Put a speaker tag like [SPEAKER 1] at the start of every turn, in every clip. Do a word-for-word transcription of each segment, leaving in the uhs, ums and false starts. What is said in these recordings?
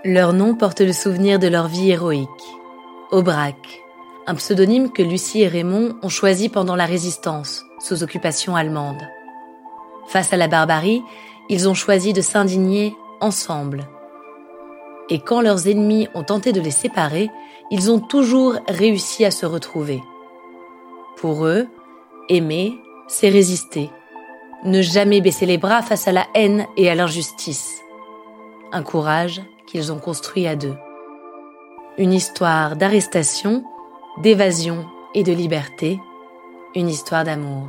[SPEAKER 1] Leur nom porte le souvenir de leur vie héroïque. Aubrac, un pseudonyme que Lucie et Raymond ont choisi pendant la Résistance, sous occupation allemande. Face à la barbarie, ils ont choisi de s'indigner ensemble. Et quand leurs ennemis ont tenté de les séparer, ils ont toujours réussi à se retrouver. Pour eux, aimer, c'est résister. Ne jamais baisser les bras face à la haine et à l'injustice. Un courage qu'ils ont construit à deux. Une histoire d'arrestation, d'évasion et de liberté. Une histoire d'amour.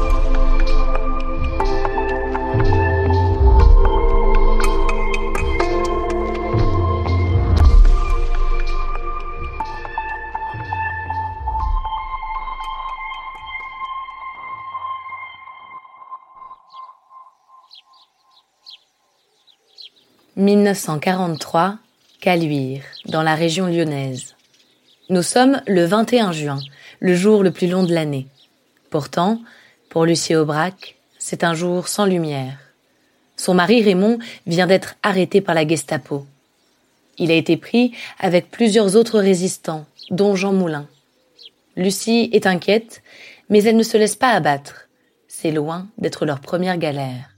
[SPEAKER 1] mille neuf cent quarante-trois, Caluire, dans la région lyonnaise. Nous sommes le vingt et un juin, le jour le plus long de l'année. Pourtant, pour Lucie Aubrac, c'est un jour sans lumière. Son mari Raymond vient d'être arrêté par la Gestapo. Il a été pris avec plusieurs autres résistants, dont Jean Moulin. Lucie est inquiète, mais elle ne se laisse pas abattre. C'est loin d'être leur première galère.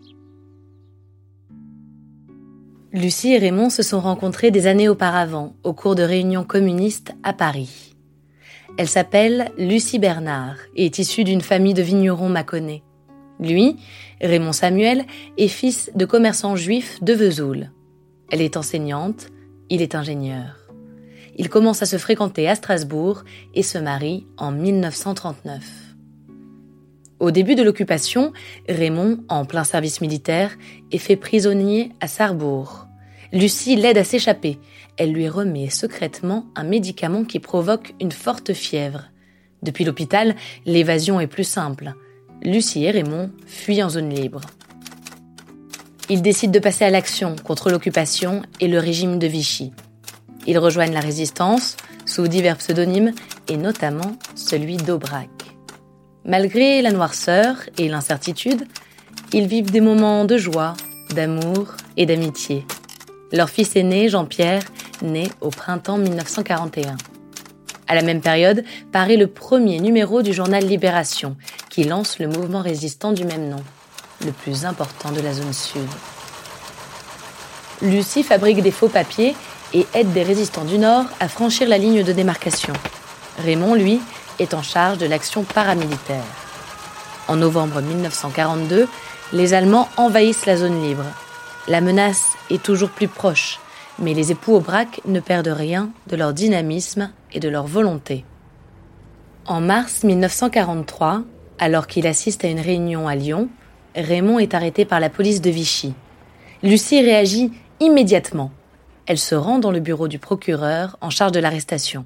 [SPEAKER 1] Lucie et Raymond se sont rencontrés des années auparavant, au cours de réunions communistes à Paris. Elle s'appelle Lucie Bernard et est issue d'une famille de vignerons mâconnais. Lui, Raymond Samuel, est fils de commerçants juifs de Vesoul. Elle est enseignante, il est ingénieur. Ils commencent à se fréquenter à Strasbourg et se marient en mille neuf cent trente-neuf. Au début de l'occupation, Raymond, en plein service militaire, est fait prisonnier à Sarrebourg. Lucie l'aide à s'échapper. Elle lui remet secrètement un médicament qui provoque une forte fièvre. Depuis l'hôpital, l'évasion est plus simple. Lucie et Raymond fuient en zone libre. Ils décident de passer à l'action contre l'occupation et le régime de Vichy. Ils rejoignent la résistance sous divers pseudonymes et notamment celui d'Aubrac. Malgré la noirceur et l'incertitude, ils vivent des moments de joie, d'amour et d'amitié. Leur fils aîné, Jean-Pierre, naît au printemps mille neuf cent quarante et un. À la même période, paraît le premier numéro du journal Libération, qui lance le mouvement résistant du même nom, le plus important de la zone sud. Lucie fabrique des faux papiers et aide des résistants du Nord à franchir la ligne de démarcation. Raymond, lui, est en charge de l'action paramilitaire. En novembre mille neuf cent quarante-deux, les Allemands envahissent la zone libre. La menace est toujours plus proche, mais les époux Aubrac ne perdent rien de leur dynamisme et de leur volonté. En mars mille neuf cent quarante-trois, alors qu'il assiste à une réunion à Lyon, Raymond est arrêté par la police de Vichy. Lucie réagit immédiatement. Elle se rend dans le bureau du procureur en charge de l'arrestation.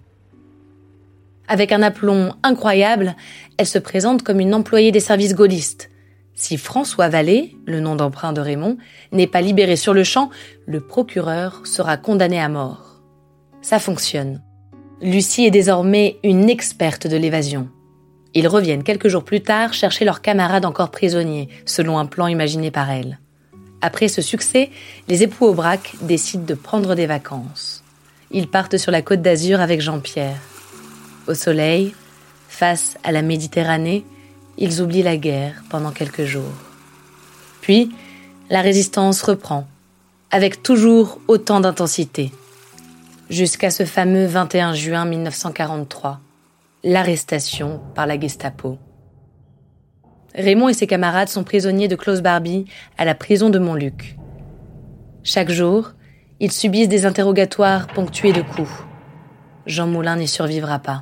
[SPEAKER 1] Avec un aplomb incroyable, elle se présente comme une employée des services gaullistes. Si François Vallée, le nom d'emprunt de Raymond, n'est pas libéré sur le champ, le procureur sera condamné à mort. Ça fonctionne. Lucie est désormais une experte de l'évasion. Ils reviennent quelques jours plus tard chercher leurs camarades encore prisonniers, selon un plan imaginé par elle. Après ce succès, les époux Aubrac décident de prendre des vacances. Ils partent sur la Côte d'Azur avec Jean-Pierre. Au soleil, face à la Méditerranée, ils oublient la guerre pendant quelques jours. Puis, la résistance reprend, avec toujours autant d'intensité. Jusqu'à ce fameux vingt et un juin mille neuf cent quarante-trois, l'arrestation par la Gestapo. Raymond et ses camarades sont prisonniers de Klaus Barbie à la prison de Montluc. Chaque jour, ils subissent des interrogatoires ponctués de coups. Jean Moulin n'y survivra pas.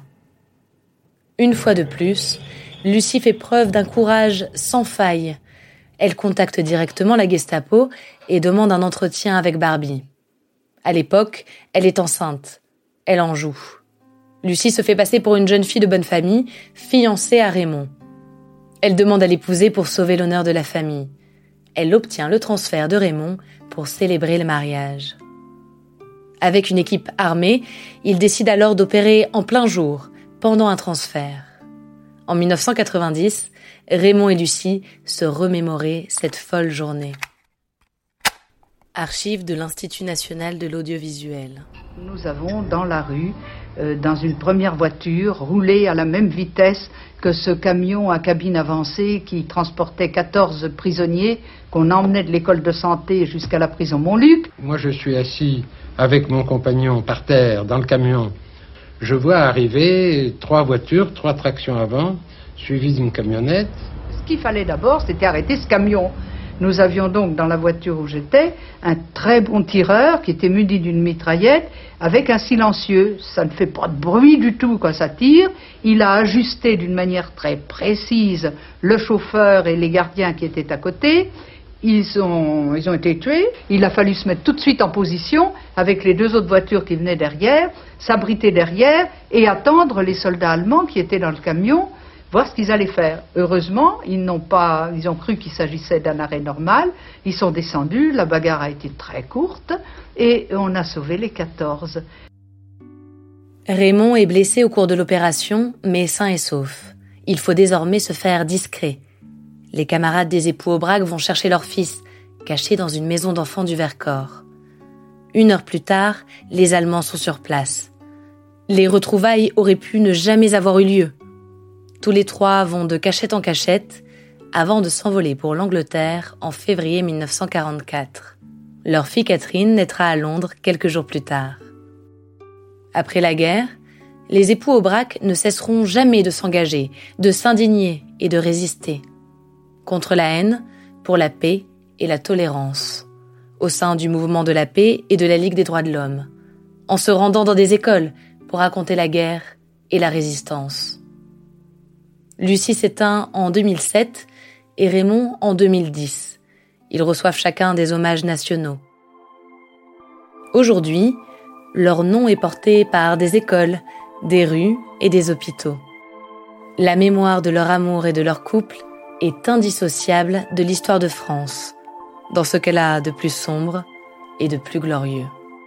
[SPEAKER 1] Une fois de plus, Lucie fait preuve d'un courage sans faille. Elle contacte directement la Gestapo et demande un entretien avec Barbie. À l'époque, elle est enceinte. Elle en joue. Lucie se fait passer pour une jeune fille de bonne famille, fiancée à Raymond. Elle demande à l'épouser pour sauver l'honneur de la famille. Elle obtient le transfert de Raymond pour célébrer le mariage. Avec une équipe armée, il décide alors d'opérer en plein jour, pendant un transfert. En mille neuf cent quatre-vingt-dix, Raymond et Lucie se remémoraient cette folle journée. Archives de l'Institut national de l'audiovisuel.
[SPEAKER 2] Nous avons dans la rue, euh, dans une première voiture, roulé à la même vitesse que ce camion à cabine avancée qui transportait quatorze prisonniers qu'on emmenait de l'école de santé jusqu'à la prison Montluc.
[SPEAKER 3] Moi, je suis assis avec mon compagnon par terre dans le camion. Je vois arriver trois voitures, trois tractions avant, suivies d'une camionnette.
[SPEAKER 2] Ce qu'il fallait d'abord, c'était arrêter ce camion. Nous avions donc dans la voiture où j'étais un très bon tireur qui était muni d'une mitraillette avec un silencieux. Ça ne fait pas de bruit du tout quand ça tire. Il a ajusté d'une manière très précise le chauffeur et les gardiens qui étaient à côté. Ils ont, ils ont été tués. Il a fallu se mettre tout de suite en position avec les deux autres voitures qui venaient derrière, s'abriter derrière et attendre les soldats allemands qui étaient dans le camion, voir ce qu'ils allaient faire. Heureusement, ils n'ont pas, ils ont cru qu'il s'agissait d'un arrêt normal. Ils sont descendus, la bagarre a été très courte et on a sauvé les quatorze.
[SPEAKER 1] Raymond est blessé au cours de l'opération, mais sain et sauf. Il faut désormais se faire discret. Les camarades des époux Aubrac vont chercher leur fils, caché dans une maison d'enfants du Vercors. Une heure plus tard, les Allemands sont sur place. Les retrouvailles auraient pu ne jamais avoir eu lieu. Tous les trois vont de cachette en cachette avant de s'envoler pour l'Angleterre en février mille neuf cent quarante-quatre. Leur fille Catherine naîtra à Londres quelques jours plus tard. Après la guerre, les époux Aubrac ne cesseront jamais de s'engager, de s'indigner et de résister. Contre la haine, pour la paix et la tolérance, au sein du mouvement de la paix et de la Ligue des droits de l'homme, en se rendant dans des écoles pour raconter la guerre et la résistance. Lucie s'éteint en deux mille sept et Raymond en deux mille dix. Ils reçoivent chacun des hommages nationaux. Aujourd'hui, leur nom est porté par des écoles, des rues et des hôpitaux. La mémoire de leur amour et de leur couple est indissociable de l'histoire de France, dans ce qu'elle a de plus sombre et de plus glorieux.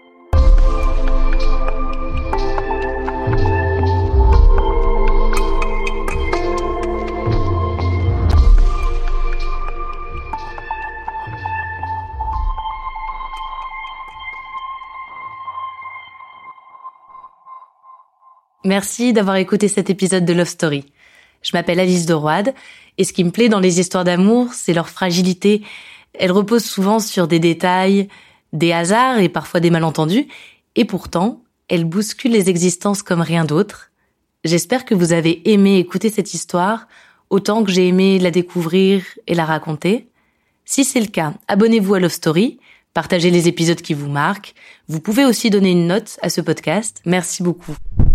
[SPEAKER 1] Merci d'avoir écouté cet épisode de Love Story. Je m'appelle Alice de Roide et ce qui me plaît dans les histoires d'amour, c'est leur fragilité. Elles reposent souvent sur des détails, des hasards et parfois des malentendus, et pourtant, elles bousculent les existences comme rien d'autre. J'espère que vous avez aimé écouter cette histoire autant que j'ai aimé la découvrir et la raconter. Si c'est le cas, abonnez-vous à Love Story, partagez les épisodes qui vous marquent. Vous pouvez aussi donner une note à ce podcast. Merci beaucoup.